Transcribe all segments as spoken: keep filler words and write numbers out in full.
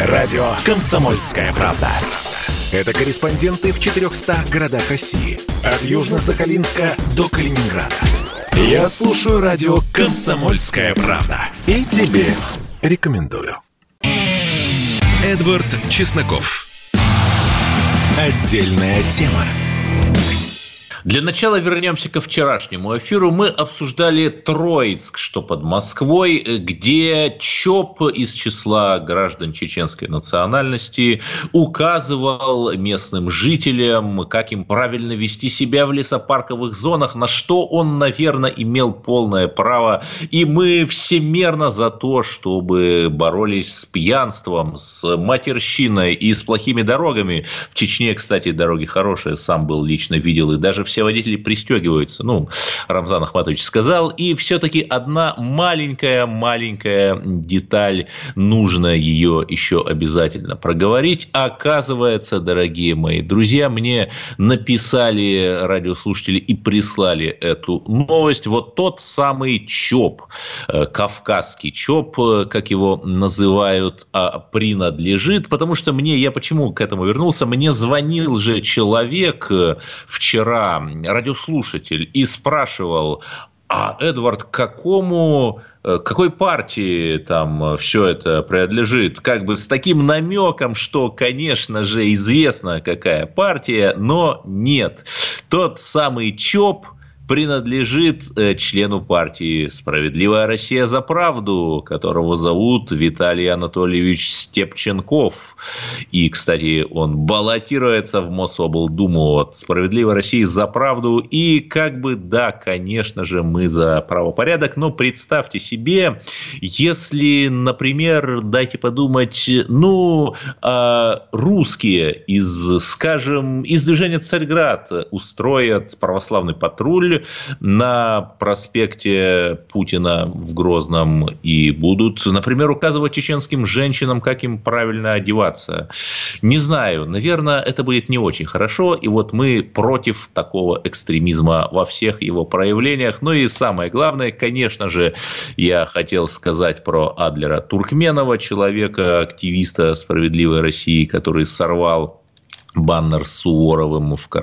Радио «Комсомольская правда». Это корреспонденты в четырехстах городах России. От Южно-Сахалинска до Калининграда. Я слушаю радио «Комсомольская правда». И тебе рекомендую. Эдвард Чесноков. Отдельная тема. Для начала вернемся ко вчерашнему эфиру. Мы обсуждали Троицк, что под Москвой, где ЧОП из числа граждан чеченской национальности указывал местным жителям, как им правильно вести себя в лесопарковых зонах, на что он, наверное, имел полное право. И мы всемерно за то, чтобы боролись с пьянством, с матерщиной и с плохими дорогами. В Чечне, кстати, дороги хорошие, сам был лично видел, и даже все водители пристегиваются, ну, Рамзан Ахматович сказал, и все-таки одна маленькая-маленькая деталь, нужно ее еще обязательно проговорить. Оказывается, дорогие мои друзья, мне написали радиослушатели и прислали эту новость, вот тот самый ЧОП, кавказский ЧОП, как его называют, принадлежит, потому что мне, я почему к этому вернулся, мне звонил же человек вчера, радиослушатель, и спрашивал: а, Эдвард, к какому, какой партии там все это принадлежит? Как бы с таким намеком, что, конечно же, известно, какая партия, но нет. Тот самый ЧОП принадлежит э, члену партии «Справедливая Россия за правду», которого зовут Виталий Анатольевич Степченков. И, кстати, он баллотируется в Мособлдуму от «Справедливой России за правду». И как бы, да, конечно же, мы за правопорядок, но представьте себе, если, например, дайте подумать, ну, э, русские из, скажем, из движения «Царьград» устроят православный патруль на проспекте Путина в Грозном и будут, например, указывать чеченским женщинам, как им правильно одеваться. Не знаю, наверное, это будет не очень хорошо, и вот мы против такого экстремизма во всех его проявлениях. Ну и самое главное, конечно же, я хотел сказать про Адлера Туркменова, человека, активиста «Справедливой России», который сорвал баннер с Суворовым в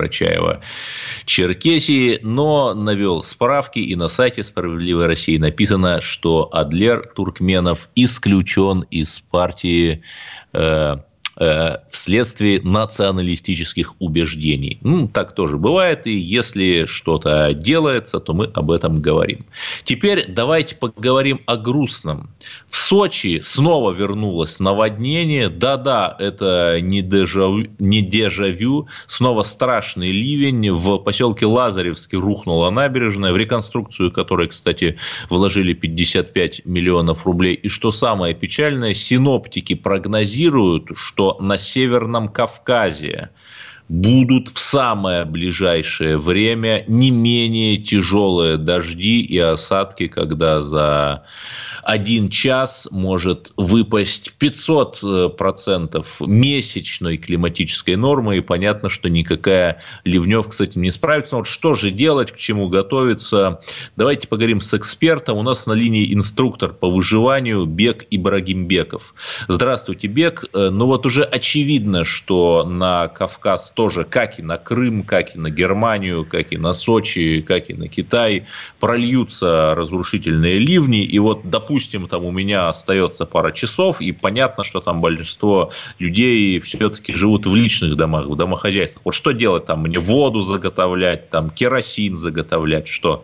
Карачаево-Черкесии, но навел справки, и на сайте «Справедливой России» написано, что Адлер Туркменов исключен из партии э, э, вследствие националистических убеждений. Ну, так тоже бывает, и если что-то делается, то мы об этом говорим. Теперь давайте поговорим о грустном. В Сочи снова вернулось наводнение. Да-да, это не дежавю, не дежавю. Снова страшный ливень. В поселке Лазаревский рухнула набережная, в реконструкцию которой, кстати, вложили пятьдесят пять миллионов рублей. И что самое печальное, синоптики прогнозируют, что на Северном Кавказе будут в самое ближайшее время не менее тяжелые дожди и осадки, когда за один час может выпасть пятьсот процентов месячной климатической нормы, и понятно, что никакая ливневка с этим не справится. Вот что же делать, к чему готовиться? Давайте поговорим с экспертом. У нас на линии инструктор по выживанию Бек Ибрагимбеков. Здравствуйте, Бек. Ну вот уже очевидно, что на Кавказ тоже, как и на Крым, как и на Германию, как и на Сочи, как и на Китай, прольются разрушительные ливни. И вот, допустим, там у меня остается пара часов, и понятно, что там большинство людей все-таки живут в личных домах, в домохозяйствах. Вот что делать там? Мне воду заготовлять, там керосин заготовлять, что?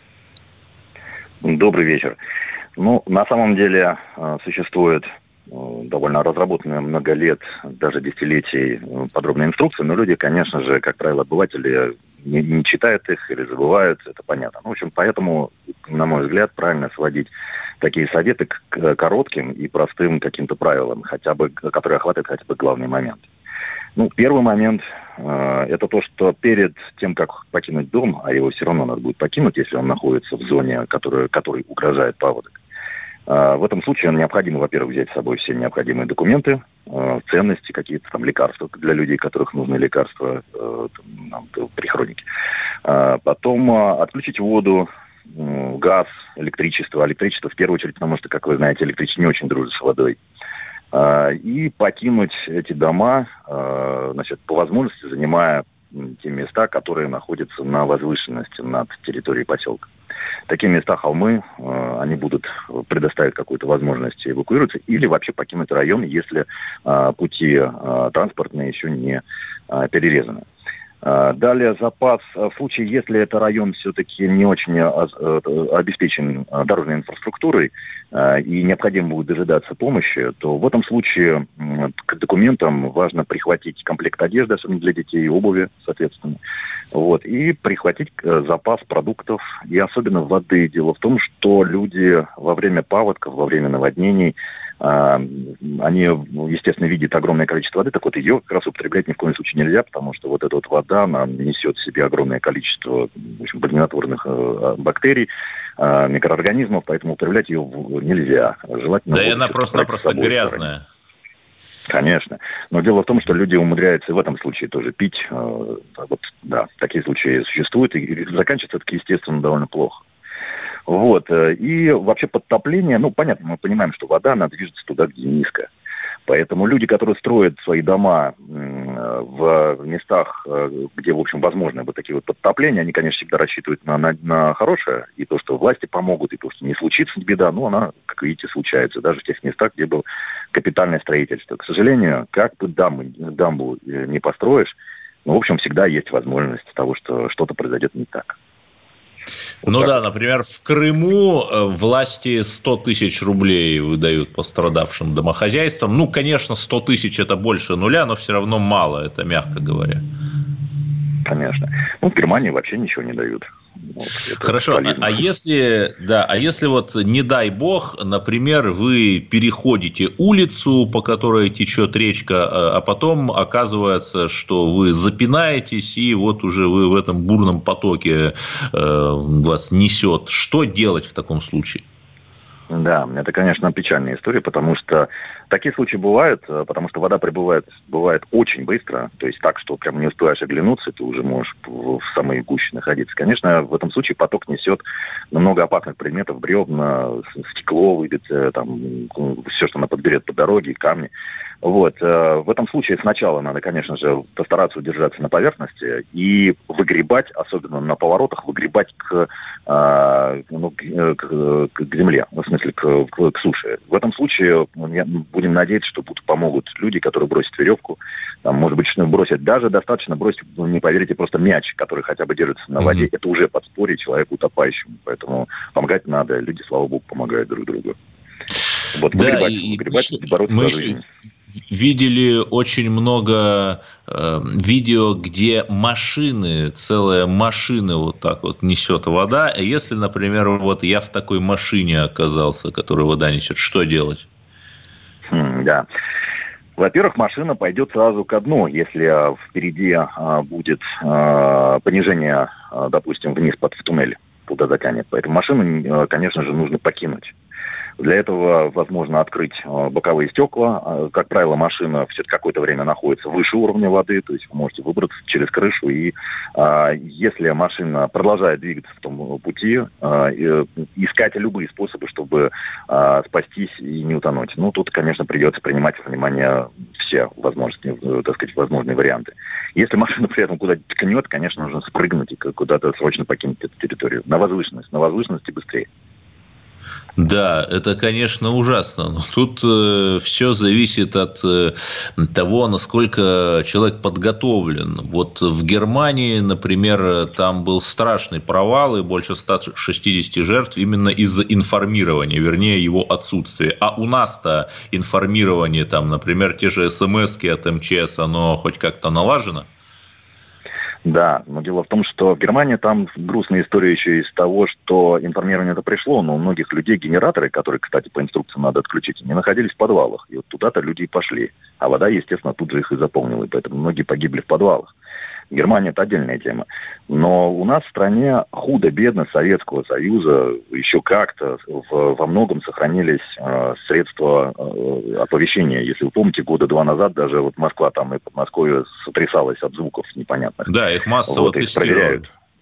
Добрый вечер. Ну, на самом деле существует довольно разработанная много лет, даже десятилетий подробная инструкция, но люди, конечно же, как правило, обыватели не, не читают их или забывают, это понятно. Ну, в общем, поэтому, на мой взгляд, правильно сводить такие советы к коротким и простым каким-то правилам, хотя бы, которые охватывают хотя бы главный момент. Ну, первый момент э, – это то, что перед тем, как покинуть дом, а его все равно надо будет покинуть, если он находится в зоне, которая, которой угрожает паводок, В этом случае необходимо, во-первых, взять с собой все необходимые документы, ценности, какие-то там лекарства для людей, которых нужны лекарства там, при хронике. Потом отключить воду, газ, электричество. Электричество в первую очередь, потому что, как вы знаете, электричество не очень дружит с водой. и покинуть эти дома, значит, по возможности занимая те места, которые находятся на возвышенности над территорией поселка. Такие места, холмы, они будут предоставить какую-то возможность эвакуироваться или вообще покинуть район, если пути транспортные еще не перерезаны. Далее запас, в случае, если это район все-таки не очень обеспечен дорожной инфраструктурой и необходимо будет дожидаться помощи, то в этом случае к документам важно прихватить комплект одежды, особенно для детей, и обуви, соответственно, вот, и прихватить запас продуктов и особенно воды. Дело в том, что люди во время паводков, во время наводнений, они, естественно, видят огромное количество воды, так вот ее как раз употреблять ни в коем случае нельзя, потому что вот эта вот вода, она несет в себе огромное количество, в общем, болезнетворных бактерий, микроорганизмов, поэтому употреблять ее нельзя. Желательно. Да и она просто-напросто грязная. Конечно. Но дело в том, что люди умудряются в этом случае тоже пить. Вот, да, такие случаи существуют, и заканчивается это, естественно, довольно плохо. Вот. И вообще подтопление, ну, понятно, мы понимаем, что вода, она движется туда, где низко. Поэтому люди, которые строят свои дома в местах, где, в общем, возможны вот такие вот подтопления, они, конечно, всегда рассчитывают на, на, на хорошее, и то, что власти помогут, и то, что не случится беда, но она, как видите, случается даже в тех местах, где было капитальное строительство. К сожалению, как бы дамбу, дамбу не построишь, ну, в общем, всегда есть возможность того, что что-то произойдет не так. Вот ну так. Да, например, в Крыму власти сто тысяч рублей выдают пострадавшим домохозяйствам. Ну, конечно, сто тысяч это больше нуля, но все равно мало, это мягко говоря. Конечно. Ну, в Германии вообще ничего не дают. Вот, хорошо, а, а если, да, а если вот, не дай бог, например, вы переходите улицу, по которой течет речка, а потом оказывается, что вы запинаетесь, и вот уже вы в этом бурном потоке э, вас несет. Что делать в таком случае? Да, это, конечно, печальная история, потому что такие случаи бывают, потому что вода прибывает, бывает очень быстро, то есть так, что прям не успеваешь оглянуться, ты уже можешь в самой гуще находиться. Конечно, в этом случае поток несет много опасных предметов, бревна, стекло выйдет, там, все, что она подберет по дороге, камни. Вот. В этом случае сначала надо, конечно же, постараться удержаться на поверхности и выгребать, особенно на поворотах, выгребать к, ну, к, к земле, в смысле к, к, к суше. В этом случае будем надеяться, что будут помогут люди, которые бросят веревку, там, может быть, что бросят, даже достаточно бросить, не поверите, просто мяч, который хотя бы держится на воде, mm-hmm. это уже подспорье человеку утопающему. Поэтому помогать надо, люди, слава богу, помогают друг другу. Вот, да, выгребать, и выгребать, еще, бороться мы за еще жизнь. Видели очень много э, видео, где машины, целая машина вот так вот несет вода. А если, например, вот я в такой машине оказался, которая вода несет, что делать? Хм, да. Во-первых, машина пойдет сразу ко дну, если впереди а, будет а, понижение, а, допустим, вниз под в туннель, куда затянет. Поэтому машину, конечно же, нужно покинуть. Для этого возможно открыть боковые стекла. Как правило, машина все какое-то время находится выше уровня воды, то есть вы можете выбраться через крышу. И а, если машина продолжает двигаться в том пути, а, и, искать любые способы, чтобы а, спастись и не утонуть. Ну, тут, конечно, придется принимать во внимание все возможности, так сказать, возможные варианты. Если машина при этом куда-то ткнет, конечно, нужно спрыгнуть и куда-то срочно покинуть эту территорию. На возвышенность, на возвышенности быстрее. Да, это, конечно, ужасно, но тут э, все зависит от э, того, насколько человек подготовлен. Вот в Германии, например, там был страшный провал и больше ста шестидесяти жертв именно из-за информирования, вернее, его отсутствия. А у нас-то информирование, там, например, те же смс-ки от эм че эс, оно хоть как-то налажено? Да, но дело в том, что в Германии там грустная история еще из того, что информирование это пришло, но у многих людей генераторы, которые, кстати, по инструкции надо отключить, они находились в подвалах. И вот туда-то люди и пошли. А вода, естественно, тут же их и заполнила, и поэтому многие погибли в подвалах. Германия – это отдельная тема. Но у нас в стране худо-бедно Советского Союза еще как-то в, во многом сохранились э, средства э, оповещения. Если вы помните, года два назад даже вот Москва там и Подмосковье сотрясалась от звуков непонятных. Да, их массово вот, их проверяют.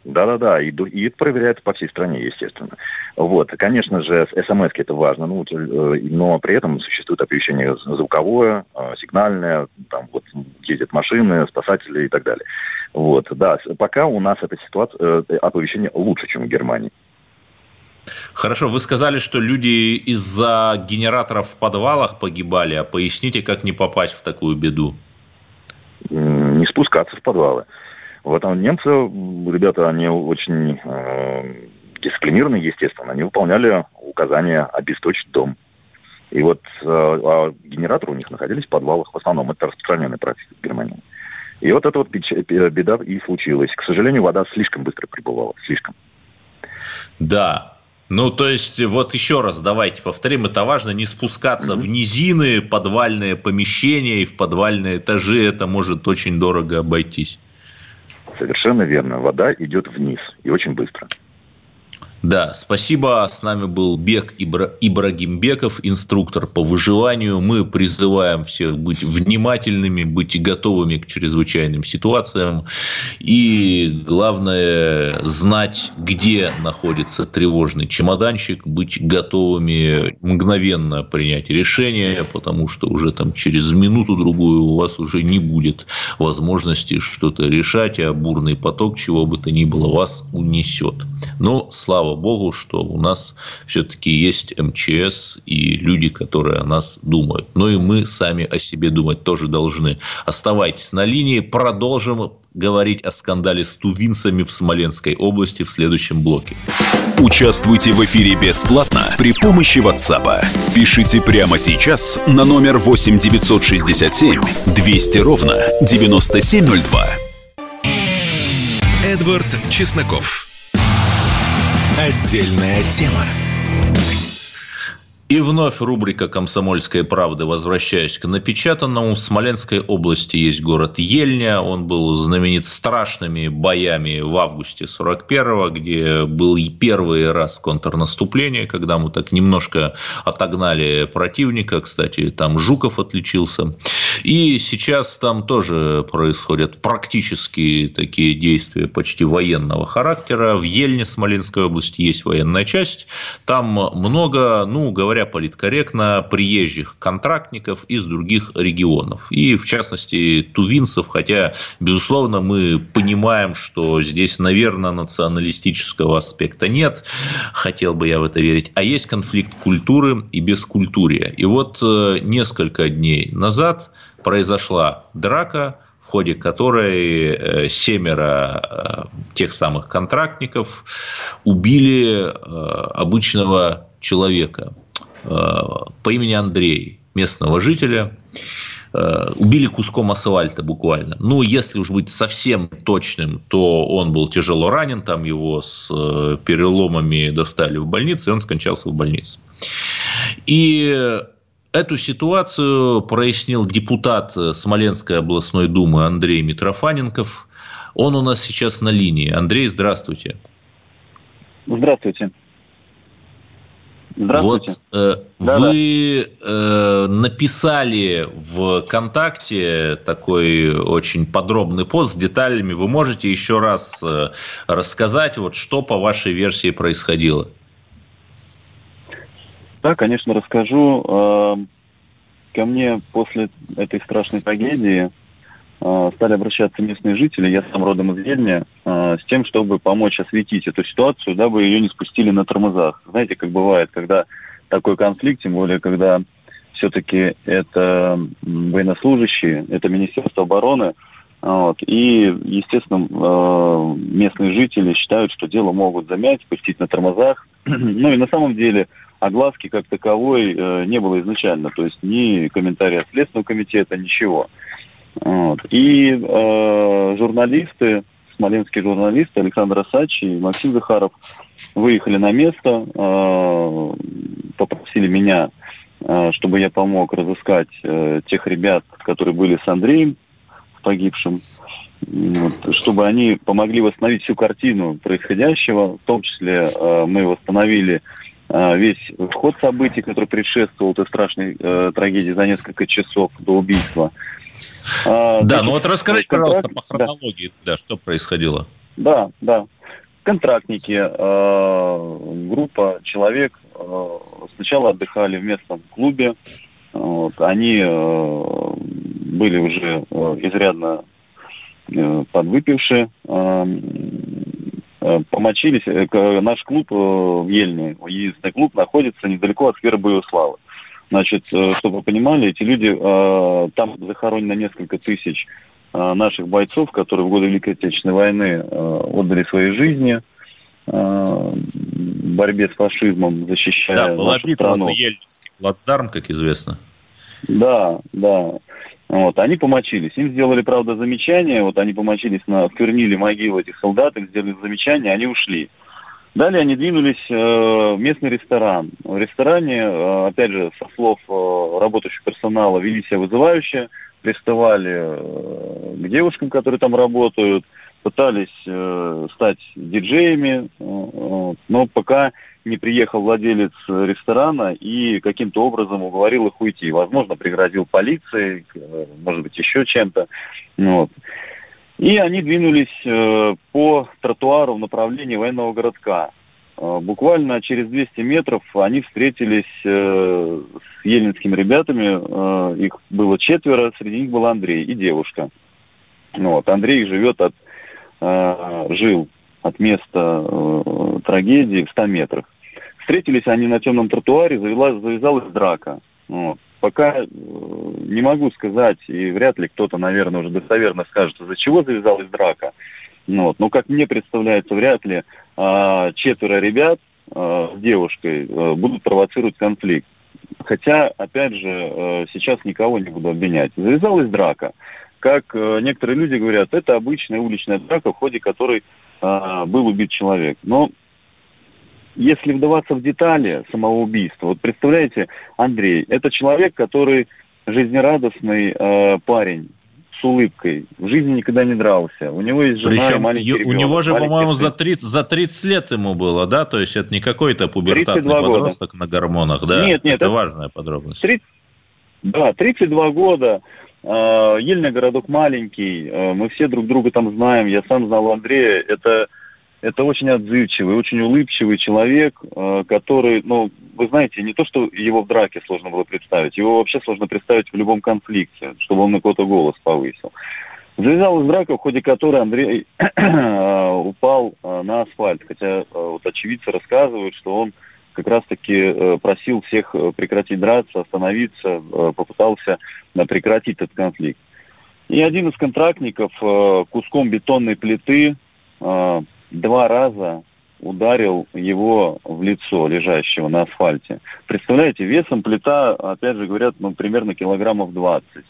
Да-да-да, и, и это проверяется по всей стране, естественно. Вот, конечно же, смс-ки это важно, ну, но при этом существует оповещение звуковое, сигнальное, там вот ездят машины, спасатели и так далее. Вот, да, пока у нас эта ситуация, оповещение лучше, чем в Германии. Хорошо, вы сказали, что люди из-за генераторов в подвалах погибали, а поясните, как не попасть в такую беду? Не спускаться в подвалы. Вот там немцы, ребята, они очень э, дисциплинированные, естественно, они выполняли указания обесточить дом. И вот э, а генераторы у них находились в подвалах, в основном, это распространенная практика в Германии. И вот эта вот беда и случилась. К сожалению, вода слишком быстро прибывала, слишком. Да. Ну, то есть, вот еще раз давайте повторим, это важно, не спускаться mm-hmm. в низины, подвальные помещения и в подвальные этажи, это может очень дорого обойтись. Совершенно верно, вода идет вниз и очень быстро. Да, спасибо. С нами был Бек Ибра... Ибрагимбеков, инструктор по выживанию. Мы призываем всех быть внимательными, быть готовыми к чрезвычайным ситуациям. И главное, знать, где находится тревожный чемоданчик, быть готовыми мгновенно принять решение, потому что уже там через минуту-другую у вас уже не будет возможности что-то решать, а бурный поток, чего бы то ни было, вас унесет. Но, слава Богу, что у нас все-таки есть эм че эс и люди, которые о нас думают. Но и мы сами о себе думать тоже должны. Оставайтесь на линии. Продолжим говорить о скандале с тувинцами в Смоленской области в следующем блоке. Участвуйте в эфире бесплатно при помощи WhatsApp. Пишите прямо сейчас на номер восемь девятьсот шестьдесят семь двести ровно девяносто семь ноль два. Эдвард Чесноков. Отдельная тема. И вновь рубрика «Комсомольская правда». Возвращаясь к напечатанному, в Смоленской области есть город Ельня. Он был знаменит страшными боями в августе сорок первого, где был и первый раз контрнаступление, когда мы так немножко отогнали противника. Кстати, там Жуков отличился. И сейчас там тоже происходят практически такие действия почти военного характера. В Ельне Смоленской области есть военная часть. Там много, ну, говоря политкорректно, приезжих контрактников из других регионов. И, в частности, тувинцев, хотя, безусловно, мы понимаем, что здесь, наверное, националистического аспекта нет. Хотел бы я в это верить. А есть конфликт культуры и бескультурья. И вот несколько дней назад произошла драка, в ходе которой семеро тех самых контрактников убили обычного человека по имени Андрей, местного жителя. Убили куском асфальта буквально. Ну, если уж быть совсем точным, то он был тяжело ранен, там его с переломами достали в больницу, и он скончался в больнице. И эту ситуацию прояснил депутат Смоленской областной думы Андрей Митрофаненков. Он у нас сейчас на линии. Андрей, здравствуйте. Здравствуйте. Здравствуйте. Вот э, вы э, написали в ВКонтакте такой очень подробный пост с деталями. Вы можете еще раз э, рассказать, вот, что по вашей версии происходило? Да, конечно, расскажу. Ко мне после этой страшной трагедии стали обращаться местные жители, я сам родом из Ельня, с тем, чтобы помочь осветить эту ситуацию, дабы ее не спустили на тормозах. Знаете, как бывает, когда такой конфликт, тем более, когда все-таки это военнослужащие, это Министерство обороны, вот, и, естественно, местные жители считают, что дело могут замять, спустить на тормозах. Ну и на самом деле огласки как таковой не было изначально, то есть ни комментария Следственного комитета, ничего. Вот. И э, журналисты, смоленские журналисты Александр Асачи и Максим Захаров выехали на место, э, попросили меня, э, чтобы я помог разыскать э, тех ребят, которые были с Андреем погибшим, вот, чтобы они помогли восстановить всю картину происходящего, в том числе э, мы восстановили э, весь ход событий, который предшествовал этой страшной э, трагедии за несколько часов до убийства. А, да, значит, ну вот расскажите, пожалуйста, по хронологии, да. Да, что происходило. Да, да. контрактники, э, группа человек э, сначала отдыхали в местном клубе. Вот, они э, были уже э, изрядно э, подвыпившие, э, э, помочились. Э, наш клуб э, в Ельне, единственный клуб, находится недалеко от сквера Боевой Славы. Значит, э, чтобы вы понимали, эти люди, э, там захоронено несколько тысяч э, наших бойцов, которые в годы Великой Отечественной войны э, отдали свои жизни в борьбе с фашизмом, защищая да, была нашу битва страну. за Ельнинский плацдарм, как известно. Да, да. Вот, они помочились. Им сделали, правда, замечание. Вот они помочились, на, осквернили могилы этих солдат, им сделали замечание, они ушли. Далее они двинулись э, в местный ресторан. В ресторане, э, опять же, со слов э, работающего персонала, вели себя вызывающе, приставали э, к девушкам, которые там работают, пытались э, стать диджеями, э, но пока не приехал владелец ресторана и каким-то образом уговорил их уйти. Возможно, пригрозил полицией, э, может быть, еще чем-то. Вот. И они двинулись э, по тротуару в направлении военного городка. Э, буквально через двести метров они встретились э, с ельнинскими ребятами. Э, их было четверо, среди них был Андрей и девушка. Вот. Андрей живет от жил от места э, трагедии в ста метрах. Встретились они на темном тротуаре, завелась, завязалась драка. Вот. Пока э, не могу сказать, и вряд ли кто-то, наверное, уже достоверно скажет, из-за чего завязалась драка. Вот. Но, как мне представляется, вряд ли э, четверо ребят э, с девушкой э, будут провоцировать конфликт. Хотя, опять же, э, сейчас никого не буду обвинять. Завязалась драка. Как э, некоторые люди говорят, это обычная уличная драка, в ходе которой э, был убит человек. Но если вдаваться в детали самого убийства, вот представляете, Андрей, это человек, который жизнерадостный э, парень, с улыбкой, в жизни никогда не дрался. У него есть жена. Причем и маленький ребенок. У него же, по-моему, сын. за тридцать, за тридцать лет ему было, да? То есть это не какой-то пубертатный подросток года. На гормонах, да? Нет, нет. Это, это важная подробность. тридцать, да, тридцать два года. Ельня городок маленький, мы все друг друга там знаем, я сам знал Андрея, это, это очень отзывчивый, очень улыбчивый человек, который, ну, вы знаете, не то, что его в драке сложно было представить, его вообще сложно представить в любом конфликте, чтобы он на кого-то голос повысил. Завязалась драка, в ходе которой Андрей упал на асфальт, хотя вот очевидцы рассказывают, что он как раз-таки просил всех прекратить драться, остановиться, попытался прекратить этот конфликт. И один из контрактников куском бетонной плиты два раза ударил его в лицо, лежащего на асфальте. Представляете, весом плита, опять же говорят, ну, примерно килограммов двадцать.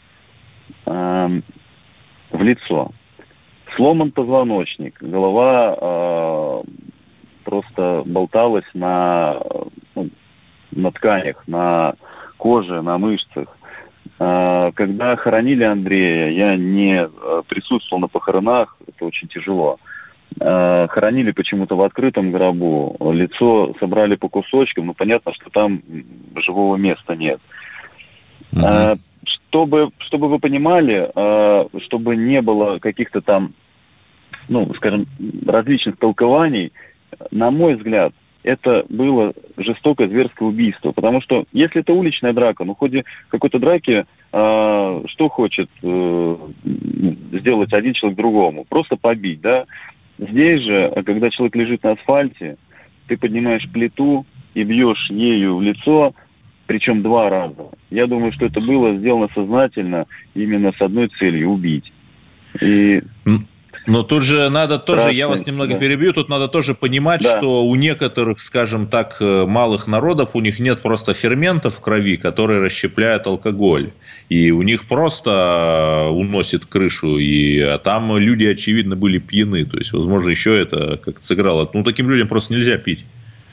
В лицо. Сломан позвоночник, голова просто болталась на, ну, на тканях, на коже, на мышцах. Когда хоронили Андрея, я не присутствовал на похоронах, это очень тяжело. Хоронили почему-то в открытом гробу, лицо собрали по кусочкам, ну понятно, что там живого места нет. Mm-hmm. Чтобы, чтобы вы понимали, чтобы не было каких-то там, ну, скажем, различных толкований, на мой взгляд, это было жестокое зверское убийство. Потому что если это уличная драка, ну в ходе какой-то драки э, что хочет э, сделать один человек другому? Просто побить, да? Здесь же, когда человек лежит на асфальте, ты поднимаешь плиту и бьешь ею в лицо, причем два раза. Я думаю, что это было сделано сознательно, именно с одной целью – убить. И... Но тут же надо тоже, Страшно, я вас немного да. перебью, тут надо тоже понимать, да. что у некоторых, скажем так, малых народов, у них нет просто ферментов в крови, которые расщепляют алкоголь. И у них просто уносит крышу, и а там люди, очевидно, были пьяны. То есть, возможно, еще это как-то сыграло. Ну, таким людям просто нельзя пить.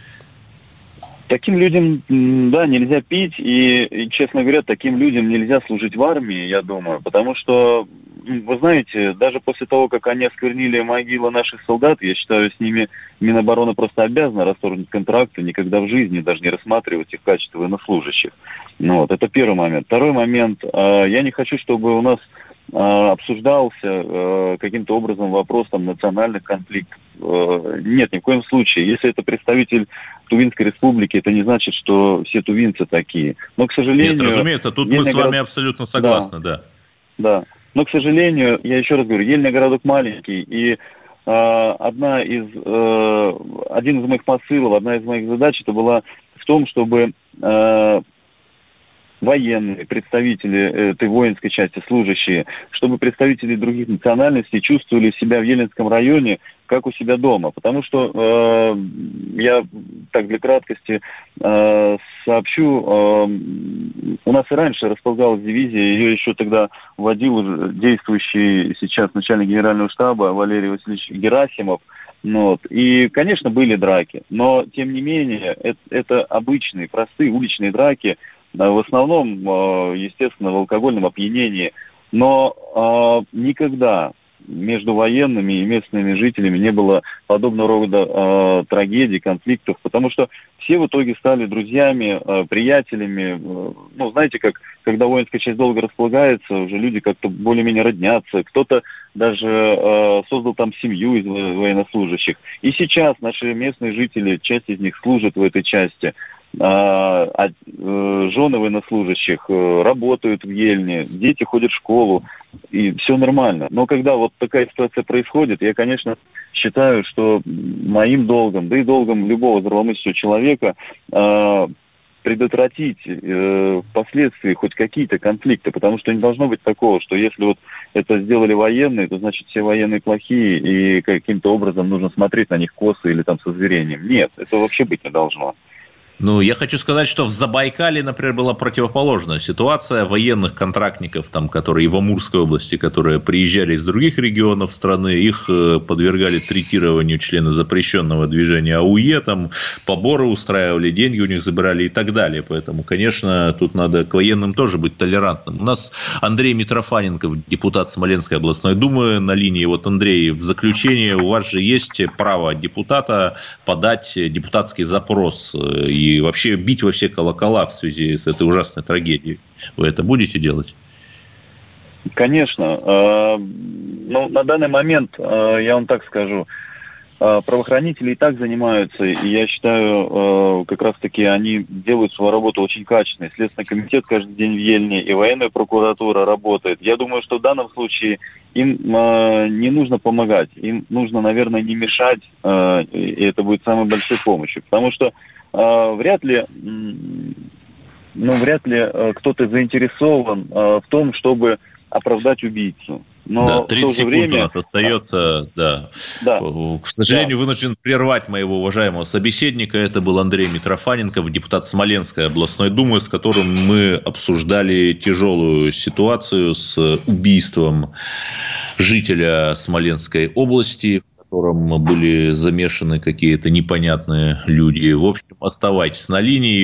Таким людям, да, нельзя пить, и, и, честно говоря, таким людям нельзя служить в армии, я думаю, потому что, вы знаете, даже после того, как они осквернили могилы наших солдат, я считаю, с ними Минобороны просто обязана расторгнуть контракты, никогда в жизни даже не рассматривать их в качестве военнослужащих. Ну, вот, это первый момент. Второй момент, я не хочу, чтобы у нас обсуждался каким-то образом вопрос там национальных конфликтов. Нет, ни в коем случае. Если это представитель Тувинской республики, это не значит, что все тувинцы такие. Но, к сожалению... Нет, разумеется, тут мы с вами город... абсолютно согласны, да. Да. да. Но, к сожалению, я еще раз говорю, Ельня городок маленький, и э, одна из, э, один из моих посылов, одна из моих задач, это была в том, чтобы э, военные, представители этой воинской части, служащие, чтобы представители других национальностей чувствовали себя в Ельнинском районе как у себя дома. Потому что э, я так для краткости э, сообщу, э, у нас и раньше располагалась дивизия, ее еще тогда вводил действующий сейчас начальник генерального штаба Валерий Васильевич Герасимов. Вот. И, конечно, были драки, но, тем не менее, это, это обычные, простые уличные драки, в основном, естественно, в алкогольном опьянении, но э, никогда между военными и местными жителями не было подобного рода э, трагедий, конфликтов, потому что все в итоге стали друзьями, э, приятелями. Э, ну, знаете, как когда воинская часть долго располагается, уже люди как-то более-менее роднятся, кто-то даже э, создал там семью из военнослужащих. И сейчас наши местные жители, часть из них служат в этой части. А, а э, жены военнослужащих э, работают в Ельне, дети ходят в школу, и все нормально. Но когда вот такая ситуация происходит, я, конечно, считаю, что моим долгом, да и долгом любого здравомыслящего человека э, предотвратить э, впоследствии хоть какие-то конфликты, потому что не должно быть такого, что если вот это сделали военные, то значит все военные плохие, и каким-то образом нужно смотреть на них косо или там со зверением. Нет, это вообще быть не должно. Ну, я хочу сказать, что в Забайкале, например, была противоположная ситуация. Военных контрактников, там, которые в Амурской области, которые приезжали из других регионов страны, их подвергали третированию члены запрещенного движения АУЕ, там, поборы устраивали, деньги у них забирали и так далее. Поэтому, конечно, тут надо к военным тоже быть толерантным. У нас Андрей Митрофаненков, депутат Смоленской областной думы, на линии. Вот, Андрей, в заключение, у вас же есть право депутата подать депутатский запрос и И вообще бить во все колокола в связи с этой ужасной трагедией. Вы это будете делать? Конечно. Ну, на данный момент, я вам так скажу, правоохранители и так занимаются, и я считаю, как раз-таки они делают свою работу очень качественно. Следственный комитет каждый день в Ельне, и военная прокуратура работает. Я думаю, что в данном случае им не нужно помогать, им нужно, наверное, не мешать, и это будет самой большой помощью. Потому что Uh, вряд ли, ну, вряд ли uh, кто-то заинтересован uh, в том, чтобы оправдать убийцу. Но да, тридцать секунд время... у нас остается. Да. Да. К сожалению, да. вынужден прервать моего уважаемого собеседника. Это был Андрей Митрофаненков, депутат Смоленской областной думы, с которым мы обсуждали тяжелую ситуацию с убийством жителя Смоленской области, в котором были замешаны какие-то непонятные люди. В общем, оставайтесь на линии.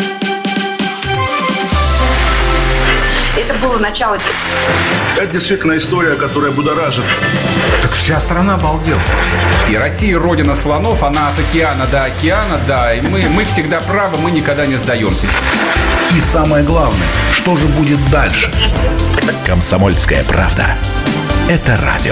Это было начало. Это действительно история, которая будоражит. Так вся страна обалдела. И Россия родина слонов, она от океана до океана, да. И мы, мы всегда правы, мы никогда не сдаемся. И самое главное, что же будет дальше? «Комсомольская правда». Это радио.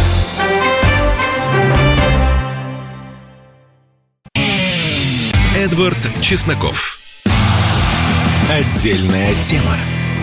Эдвард Чесноков. Отдельная тема.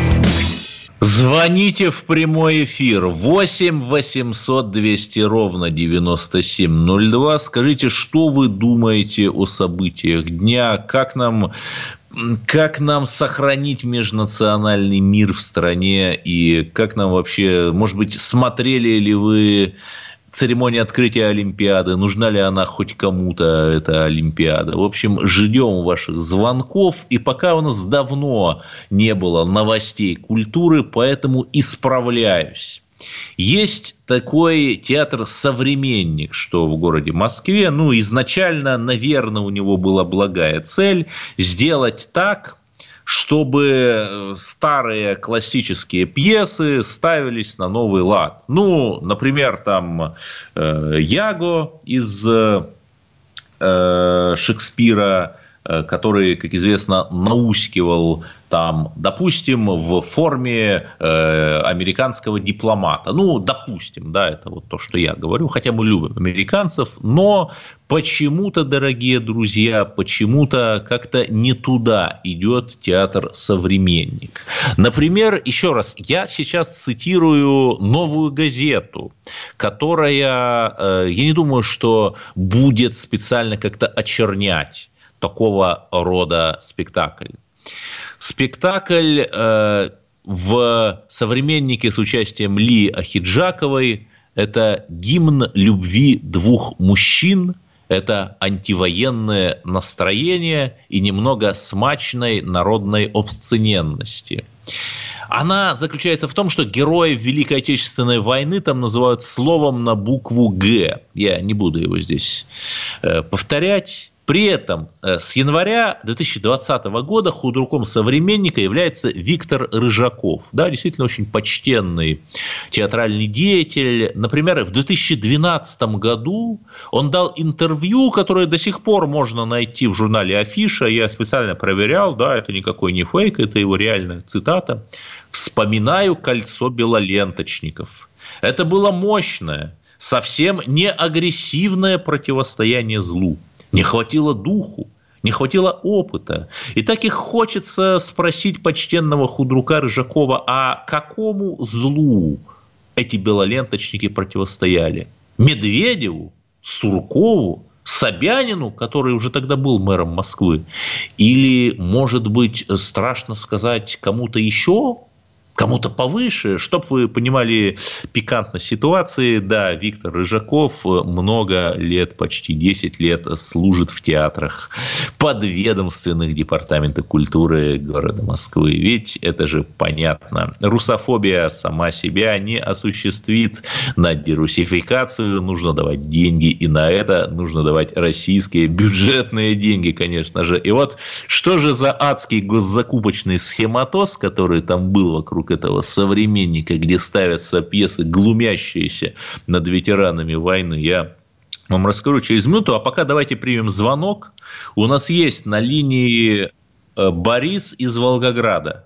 Звоните в прямой эфир восемь восемьсот двести ровно девяносто семь ноль два. Скажите, что вы думаете о событиях дня? Как нам, как нам сохранить межнациональный мир в стране? И как нам вообще, может быть, смотрели ли вы церемонию открытия Олимпиады, нужна ли она хоть кому-то, эта Олимпиада. В общем, ждем ваших звонков. И пока у нас давно не было новостей культуры, поэтому исправляюсь. Есть такой театр «Современник», что в городе Москве. Ну, изначально, наверное, у него была благая цель сделать так, чтобы старые классические пьесы ставились на новый лад. Ну, например, там э, Яго из э, Шекспира, который, как известно, наускивал там, допустим, в форме э, американского дипломата. Ну, допустим, да, это вот то, что я говорю, хотя мы любим американцев, но почему-то, дорогие друзья, почему-то как-то не туда идет театр «Современник». Например, еще раз, я сейчас цитирую «Новую газету», которая, э, я не думаю, что будет специально как-то очернять такого рода спектакль. Спектакль э, в «Современнике» с участием Ли Ахеджаковой – это гимн любви двух мужчин, это антивоенное настроение и немного смачной народной обсцененности. Она заключается в том, что героев Великой Отечественной войны там называют словом на букву «Г». Я не буду его здесь э, повторять. При этом с января две тысячи двадцатого года худруком «Современника» является Виктор Рыжаков. Да, действительно очень почтенный театральный деятель. Например, в две тысячи двенадцатом году он дал интервью, которое до сих пор можно найти в журнале «Афиша». Я специально проверял, да, это никакой не фейк, это его реальная цитата. «Вспоминаю кольцо белоленточников. Это было мощное, совсем не агрессивное противостояние злу. Не хватило духу, не хватило опыта. И так и хочется спросить почтенного худрука Рыжакова, а какому злу эти белоленточники противостояли? Медведеву? Суркову? Собянину, который уже тогда был мэром Москвы? Или, может быть, страшно сказать, кому-то еще? Кому-то повыше, чтобы вы понимали пикантность ситуации, да, Виктор Рыжаков много лет, почти десять лет служит в театрах подведомственных департаментов культуры города Москвы. Ведь это же понятно. Русофобия сама себя не осуществит. На дерусификацию нужно давать деньги, и на это нужно давать российские бюджетные деньги, конечно же. И вот что же за адский госзакупочный схематоз, который там был вокруг этого «Современника», где ставятся пьесы, глумящиеся над ветеранами войны, я вам расскажу через минуту. А пока давайте примем звонок. У нас есть на линии Борис из Волгограда.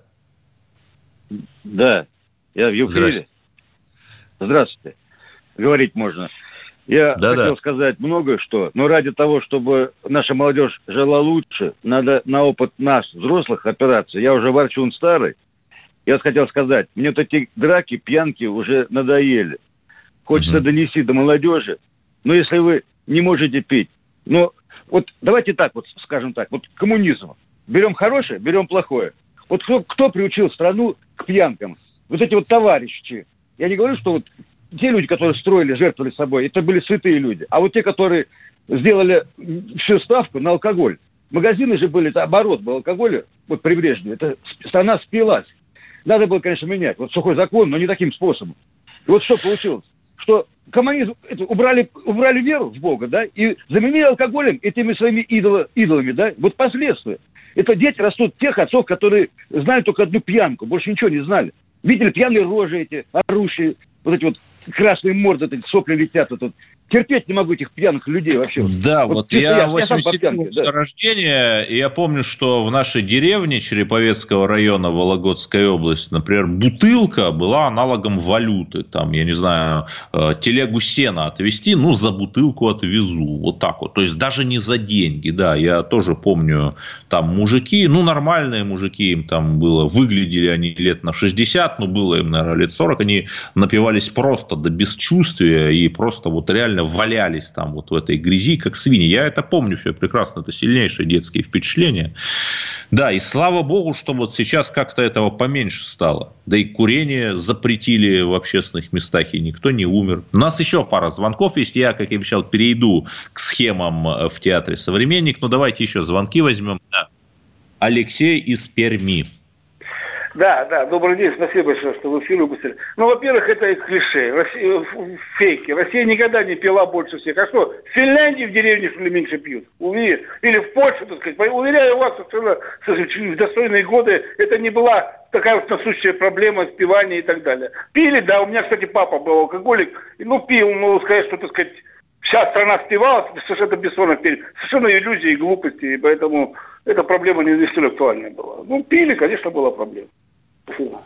Да, я в эфире. Здравствуйте. Здравствуйте. Говорить можно. Я да, хотел да. сказать много что, но ради того, чтобы наша молодежь жила лучше, надо на опыт нас, взрослых, опираться. Я уже ворчун старый. Я вот хотел сказать, мне вот эти драки, пьянки уже надоели. Хочется mm-hmm. донести до молодежи. Но если вы не можете пить, ну, вот давайте так вот скажем так, вот коммунизм. Берем хорошее, берем плохое. Вот кто, кто приучил страну к пьянкам? Вот эти вот товарищи. Я не говорю, что вот те люди, которые строили, жертвовали собой, это были святые люди. А вот те, которые сделали всю ставку на алкоголь. Магазины же были, это оборот был алкоголя, вот прибрежный. Это страна спилась. Надо было, конечно, менять. Вот сухой закон, но не таким способом. И вот что получилось? Что коммунизм это, убрали, убрали веру в Бога, да, и заменили алкоголем этими своими идоло, идолами, да. Вот последствия. Это дети растут тех отцов, которые знают только одну пьянку, больше ничего не знали. Видели пьяные рожи эти, орущие, вот эти вот красные морды, эти сопли летят. Вот, вот. Терпеть не могу этих пьяных людей вообще. Да, вот, вот я восемьдесят седьмого года рождения, и я помню, что в нашей деревне Череповецкого района Вологодской области, например, бутылка была аналогом валюты. Там, я не знаю, телегу сена отвезти, ну, за бутылку отвезу. Вот так вот. То есть, даже не за деньги, да. Я тоже помню, там мужики, ну, нормальные мужики, им там было, выглядели они лет на шестьдесят, ну, было им, наверное, лет сорок, они напивались просто до бесчувствия и просто вот реально валялись там вот в этой грязи, как свиньи. Я это помню все прекрасно, это сильнейшие детские впечатления. Да, и слава богу, что вот сейчас как-то этого поменьше стало. Да и курение запретили в общественных местах, и никто не умер. У нас еще пара звонков есть. Я, как я обещал, перейду к схемам в театре «Современник». Но давайте еще звонки возьмем. Да. Алексей из Перми. Да, да, добрый день, спасибо большое, что в эфир выпустили. Ну, во-первых, это клише, Россия, фейки. Россия никогда не пила больше всех. А что, в Финляндии в деревне, что ли, меньше пьют? Уверен. Или в Польше, так сказать. Уверяю вас, что в достойные годы это не была такая вот насущая проблема спивания и так далее. Пили, да, у меня, кстати, папа был алкоголик. Ну, пил, могу сказать, что, так сказать, вся страна спивалась, совершенно бессонно пели. Совершенно иллюзии и глупости, и поэтому эта проблема не столь актуальная была. Ну, пили, конечно, была проблема. Спасибо.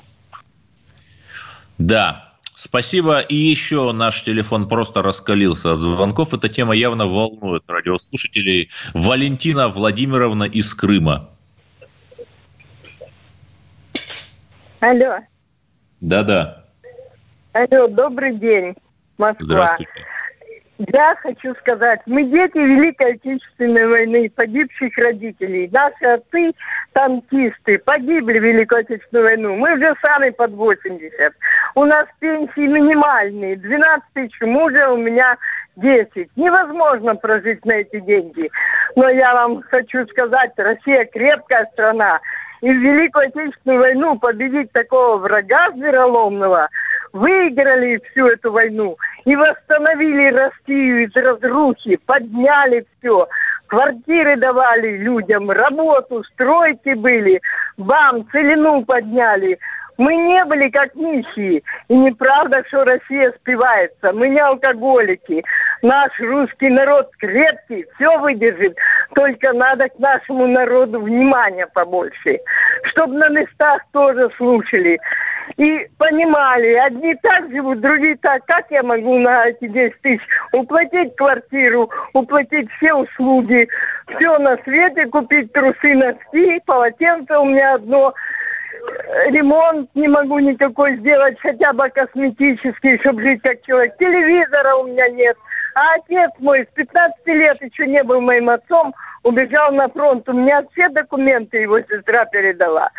Да. Спасибо. И еще наш телефон просто раскалился от звонков. Эта тема явно волнует радиослушателей. Валентина Владимировна из Крыма. Алло. Да-да. Алло, добрый день, Москва. Здравствуйте. Я хочу сказать, мы дети Великой Отечественной войны, погибших родителей. Наши отцы, танкисты, погибли в Великую Отечественную войну. Мы уже сами под восемьдесят. У нас пенсии минимальные. двенадцать тысяч мужа, у меня десять. Невозможно прожить на эти деньги. Но я вам хочу сказать, Россия крепкая страна. И в Великую Отечественную войну победить такого врага вероломного, выиграли всю эту войну и восстановили Россию из разрухи, подняли все. Квартиры давали людям, работу, стройки были, вам целину подняли. Мы не были как нищие. И неправда, что Россия спивается. Мы не алкоголики. Наш русский народ крепкий, все выдержит. Только надо к нашему народу внимания побольше. Чтобы на местах тоже слушали. И понимали, одни так живут, другие так. Как я могу на эти десять тысяч уплатить квартиру, уплатить все услуги, все на свете, купить трусы, носки, полотенце у меня одно. Ремонт не могу никакой сделать, хотя бы косметический, чтобы жить как человек. Телевизора у меня нет. А отец мой с пятнадцати лет еще не был моим отцом, убежал на фронт. У меня все документы его сестра передала.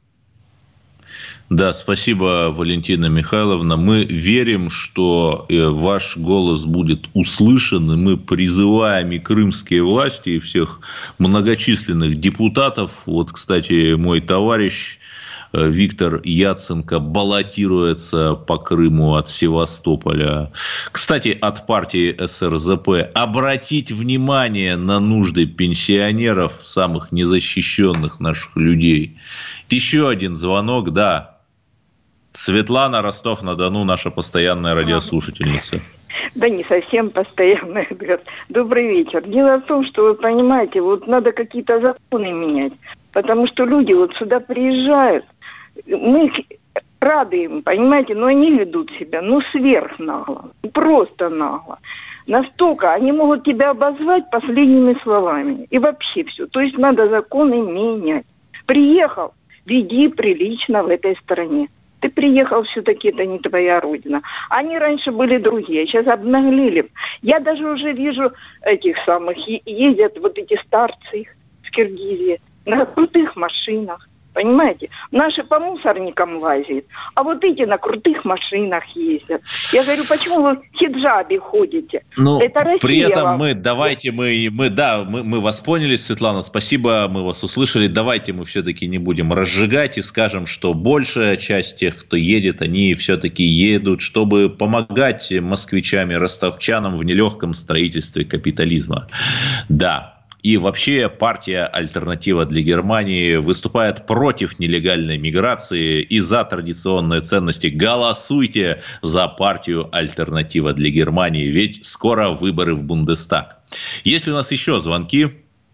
Да, спасибо, Валентина Михайловна. Мы верим, что ваш голос будет услышан, и мы призываем и крымские власти, и всех многочисленных депутатов. Вот, кстати, мой товарищ Виктор Яценко баллотируется по Крыму от Севастополя. Кстати, от партии эс эр зэ пэ. Обратить внимание на нужды пенсионеров, самых незащищенных наших людей. Еще один звонок, да. Светлана, Ростов-на-Дону, наша постоянная радиослушательница. Да не совсем постоянная. Добрый вечер. Дело в том, что, вы понимаете, вот надо какие-то законы менять. Потому что люди вот сюда приезжают, мы рады им, понимаете, но они ведут себя, ну, сверхнагло, просто нагло. Настолько они могут тебя обозвать последними словами. И вообще все. То есть надо законы менять. Приехал, веди прилично в этой стране. Ты приехал, все-таки это не твоя родина. Они раньше были другие, сейчас обнаглели. Я даже уже вижу этих самых, ездят вот эти старцы их в Киргизии на крутых машинах. Понимаете? Наши по мусорникам лазят, а вот эти на крутых машинах ездят. Я говорю, почему вы в хиджабе ходите? Ну, это Россия. При этом вам. мы, давайте мы, мы, да, мы, мы вас поняли, Светлана, спасибо, мы вас услышали. Давайте мы все-таки не будем разжигать и скажем, что большая часть тех, кто едет, они все-таки едут, чтобы помогать москвичам и ростовчанам в нелегком строительстве капитализма. Да. И вообще партия «Альтернатива для Германии» выступает против нелегальной миграции и за традиционные ценности. Голосуйте за партию «Альтернатива для Германии», ведь скоро выборы в Бундестаг. Есть ли у нас еще звонки?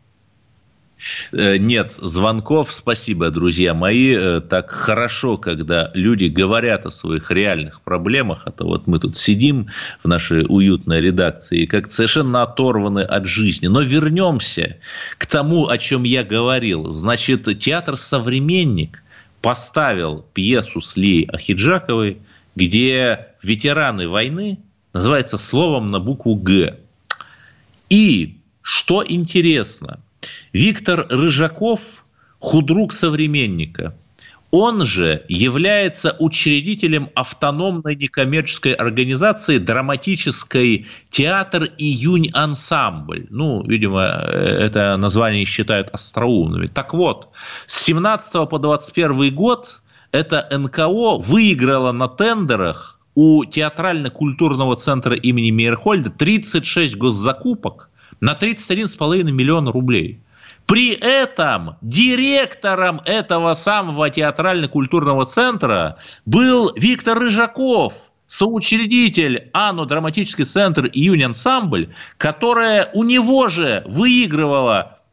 Нет звонков. Спасибо, друзья мои. Так хорошо, когда люди говорят о своих реальных проблемах. А то вот мы тут сидим в нашей уютной редакции, как совершенно оторваны от жизни. Но вернемся к тому, о чем я говорил. Значит, театр «Современник» поставил пьесу с Лией Ахеджаковой, где ветераны войны называется словом на букву «Г». И, что интересно, Виктор Рыжаков, худрук «Современника», он же является учредителем автономной некоммерческой организации «Драматический театр Июнь-ансамбль». Ну, видимо, это название считают остроумными. Так вот, с семнадцатого по двадцать первый год это эн ка о выиграло на тендерах у театрально-культурного центра имени Мейерхольда тридцать шесть госзакупок на тридцать один целых пять десятых миллиона рублей. При этом директором этого самого театрально-культурного центра был Виктор Рыжаков, соучредитель АНО «Драматический центр Июнь-ансамбль», которая у него же выигрывала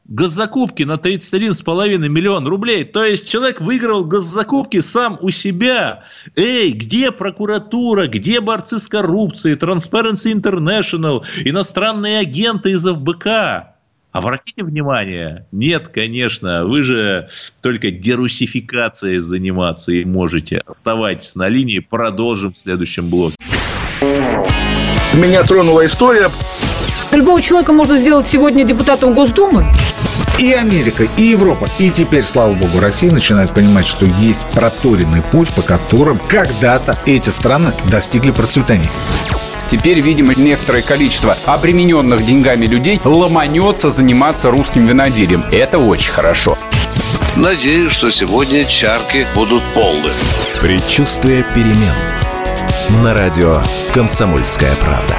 госзакупки на тридцать один с половиной миллион рублей. То есть человек выиграл госзакупки сам у себя. Эй, где прокуратура, где борцы с коррупцией, Transparency International, иностранные агенты из эф бэ ка? Обратите внимание, нет, конечно, вы же только дерусификацией заниматься и можете. Оставайтесь на линии, продолжим в следующем блоке. Меня тронула история. Любого человека можно сделать сегодня депутатом Госдумы. И Америка, и Европа, и теперь, слава богу, Россия начинает понимать, что есть проторенный путь, по которым когда-то эти страны достигли процветания. Теперь, видимо, некоторое количество обремененных деньгами людей ломанется заниматься русским виноделием. Это очень хорошо. Надеюсь, что сегодня чарки будут полны. Предчувствие перемен. На радио «Комсомольская правда».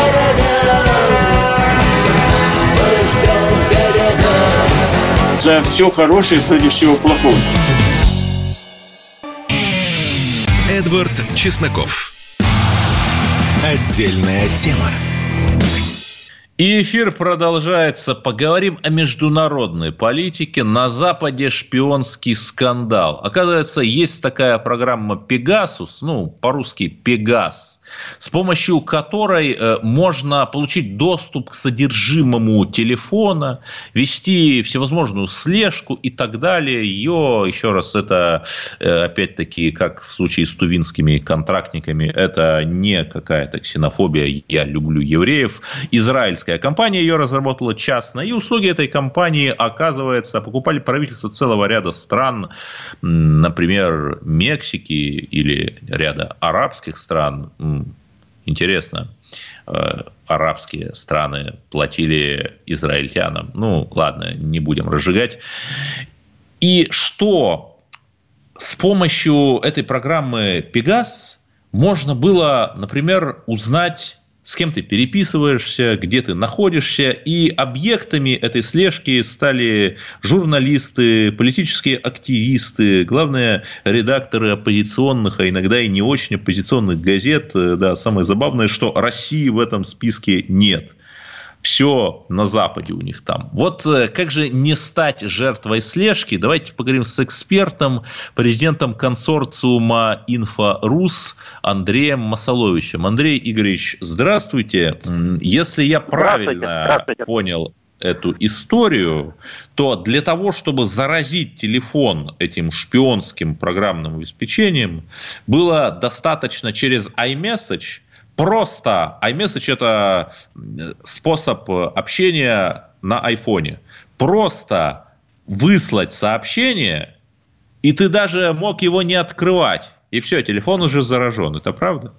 За все хорошее против всего плохого. Эдвард Чесноков. Отдельная тема. И эфир продолжается. Поговорим о международной политике. На Западе шпионский скандал. Оказывается, есть такая программа «Пегасус», ну, по-русски «Пегас», с помощью которой можно получить доступ к содержимому телефона, вести всевозможную слежку и так далее. Ее, еще раз, это, опять-таки, как в случае с тувинскими контрактниками, это не какая-то ксенофобия, я люблю евреев. Израильская компания ее разработала частно, и услуги этой компании, оказывается, покупали правительства целого ряда стран, например, Мексики или ряда арабских стран. Интересно, арабские страны платили израильтянам. Ну, ладно, не будем разжигать. И что с помощью этой программы «Пегас» можно было, например, узнать, с кем ты переписываешься, где ты находишься. И объектами этой слежки стали журналисты, политические активисты, главные редакторы оппозиционных, а иногда и не очень оппозиционных газет. Да, самое забавное, что России в этом списке нет. Все на Западе у них там. Вот как же не стать жертвой слежки? Давайте поговорим с экспертом, президентом консорциума «Инфорус» Андреем Масаловичем. Андрей Игоревич, здравствуйте. Если я правильно здравствуйте, здравствуйте. понял эту историю, то для того, чтобы заразить телефон этим шпионским программным обеспечением, было достаточно через iMessage. Просто iMessage – это способ общения на айфоне. Просто выслать сообщение, и ты даже мог его не открывать. И все, телефон уже заражен. Это правда?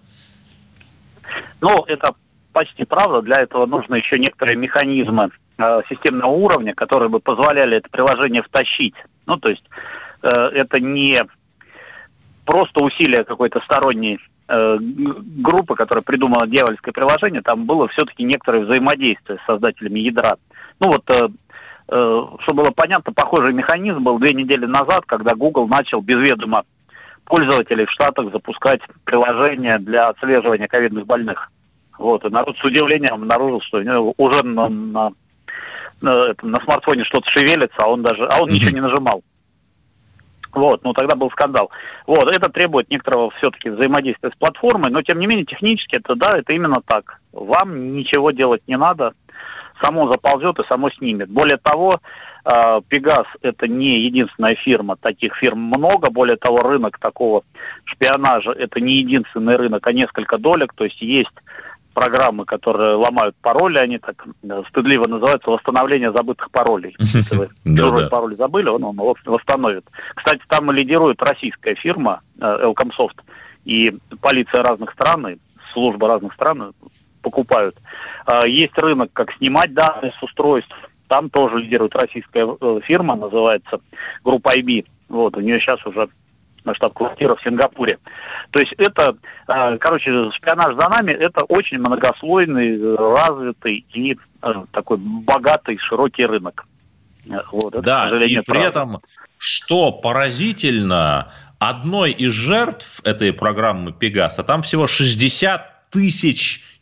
Ну, это почти правда. Для этого нужны еще некоторые механизмы э, системного уровня, которые бы позволяли это приложение втащить. Ну, то есть э, это не просто усилие какой-то сторонней группы, которая придумала дьявольское приложение, там было все-таки некоторое взаимодействие с создателями ядра. Ну вот, э, э, чтобы было понятно, похожий механизм был две недели назад, когда Google начал без ведома пользователей в Штатах запускать приложение для отслеживания ковидных больных. Вот, и народ с удивлением обнаружил, что у него уже на, на, на, на смартфоне что-то шевелится, а он даже, а он ничего не нажимал. Вот, ну тогда был скандал. Вот, это требует некоторого все-таки взаимодействия с платформой, но тем не менее технически это, да, это именно так. Вам ничего делать не надо, само заползет и само снимет. Более того, Пегас это не единственная фирма, таких фирм много, более того, рынок такого шпионажа это не единственный рынок, а несколько долек, то есть есть программы, которые ломают пароли, они так стыдливо называются восстановление забытых паролей. Если вы чужой пароль забыли, он его восстановит. Кстати, там лидирует российская фирма Элкомсофт, и полиция разных стран, службы разных стран покупают. Есть рынок, как снимать данные с устройств. Там тоже лидирует российская фирма, называется группа ай би. Вот, у нее сейчас уже штаб-квартира в Сингапуре. То есть это, короче, шпионаж за нами, это очень многослойный, развитый и такой богатый, широкий рынок. Вот, это, да, и при правда. этом, что поразительно, одной из жертв этой программы Пегаса, там всего шестьдесят тысяч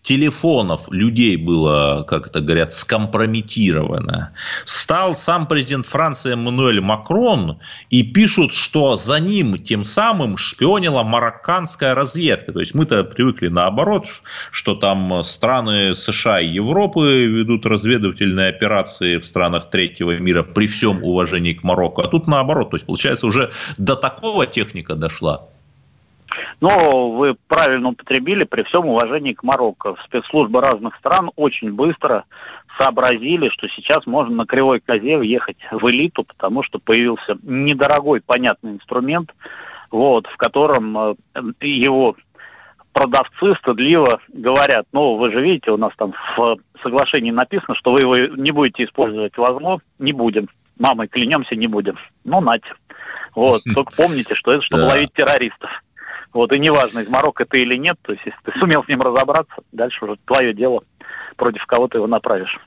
телефонов людей было, как это говорят, скомпрометировано. Стал сам президент Франции Эммануэль Макрон, и пишут, что за ним тем самым шпионила марокканская разведка. То есть мы-то привыкли наоборот, что там страны США и Европы ведут разведывательные операции в странах третьего мира при всем уважении к Марокко. А тут наоборот. То есть получается уже до такого техника дошла. Но вы правильно употребили, при всем уважении к Марокко. Спецслужбы разных стран очень быстро сообразили, что сейчас можно на кривой козе въехать в элиту, потому что появился недорогой, понятный инструмент, вот, в котором его продавцы стыдливо говорят: ну, вы же видите, у нас там в соглашении написано, что вы его не будете использовать в ОЗМО, не будем. Мамой клянемся, не будем. Ну, нате. Вот, только помните, что это, чтобы ловить террористов. Вот, и неважно, из Марокко ты или нет, то есть, если ты сумел с ним разобраться, дальше уже твое дело, против кого ты его направишь.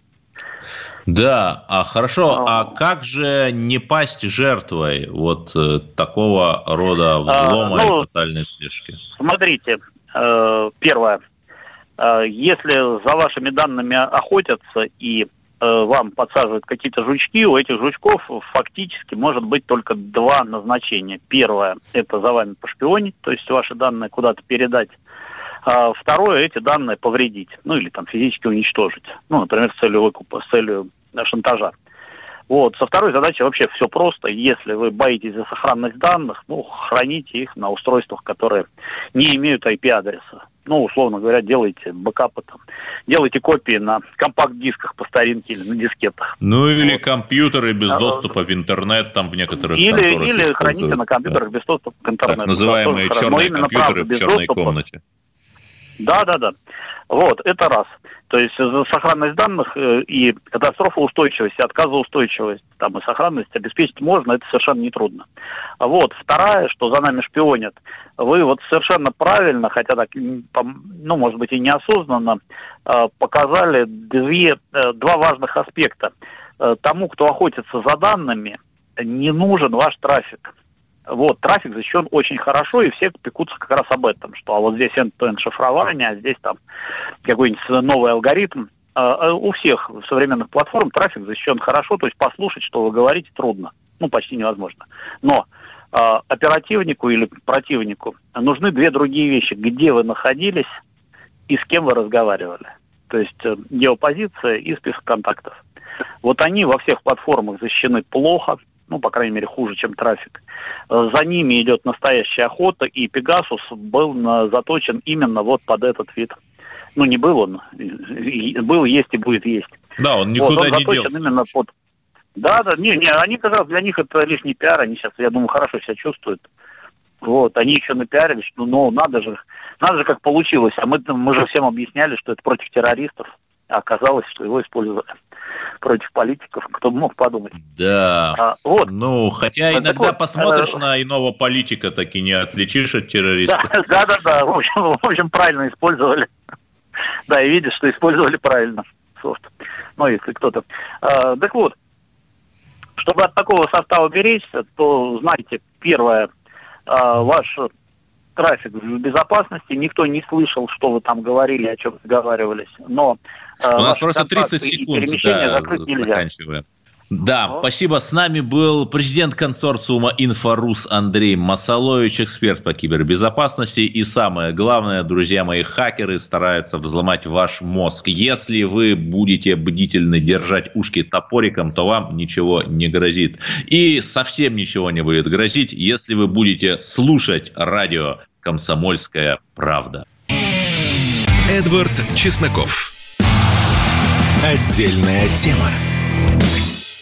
Да, а хорошо, а как же не пасть жертвой вот э, такого рода взлома а, ну, и тотальной слежки? Смотрите, э, первое, э, если за вашими данными охотятся и э, вам подсаживают какие-то жучки, у этих жучков фактически может быть только два назначения. Первое – это за вами пошпионить, то есть ваши данные куда-то передать. А второе – эти данные повредить, ну или там физически уничтожить, ну, например, с целью выкупа, с целью шантажа. Вот. Со второй задачей вообще все просто. Если вы боитесь за сохранность данных, ну, храните их на устройствах, которые не имеют ай пи-адреса. Ну, условно говоря, делайте бэкапы там, делайте копии на компакт-дисках по старинке или на дискетах. Ну, или вот. Компьютеры без доступа в интернет там в некоторых или, конторах. Или храните на компьютерах да. без доступа к интернету. Так называемые да, черные компьютеры в черной доступа. Комнате. Да, да, да. Вот, это раз. То есть сохранность данных и катастрофоустойчивость, и отказоустойчивость, там и сохранность обеспечить можно, это совершенно нетрудно. Вот. Вторая, что за нами шпионят, вы вот совершенно правильно, хотя так, ну, может быть, и неосознанно, показали две, два важных аспекта. Тому, кто охотится за данными, не нужен ваш трафик. Вот, трафик защищен очень хорошо, и все пекутся как раз об этом, что а вот здесь энд-то-энд шифрование, а здесь там какой-нибудь новый алгоритм. А у всех современных платформ трафик защищен хорошо, то есть послушать, что вы говорите, трудно, ну, почти невозможно. Но а, оперативнику или противнику нужны две другие вещи: где вы находились и с кем вы разговаривали. То есть геопозиция и список контактов. Вот они во всех платформах защищены плохо, ну, по крайней мере, хуже, чем трафик. За ними идет настоящая охота, и Пегасус был на, заточен именно вот под этот вид. Ну, не был он, был, есть и будет есть. Да, он никуда вот, он не делся. Именно под... Да, да, не, не, они как раз для них это лишний пиар, они сейчас, я думаю, хорошо себя чувствуют. Вот, они еще напиарили, что, ну, надо же, надо же, как получилось. А мы, мы же всем объясняли, что это против террористов, а оказалось, что его использовали против политиков, кто бы мог подумать. Да, а, вот. Ну, хотя а иногда вот, посмотришь э... на иного политика, так и не отличишь от террориста. Да, да, да, да. В общем, в общем, правильно использовали. Да, и видишь, что использовали правильно софт. Ну, если кто-то. А, так вот, чтобы от такого состава беречься, то, знаете, первое, а, ваш трафик в безопасности, никто не слышал, что вы там говорили, о чем разговаривались, но... У нас просто тридцать секунд, да, заканчиваем. Да, но... спасибо. С нами был президент консорциума «Инфорус» Андрей Масалович, эксперт по кибербезопасности. И самое главное, друзья мои, хакеры стараются взломать ваш мозг. Если вы будете бдительны, держать ушки топориком, то вам ничего не грозит. И совсем ничего не будет грозить, если вы будете слушать радио «Комсомольская правда». Эдвард Чесноков. Отдельная тема.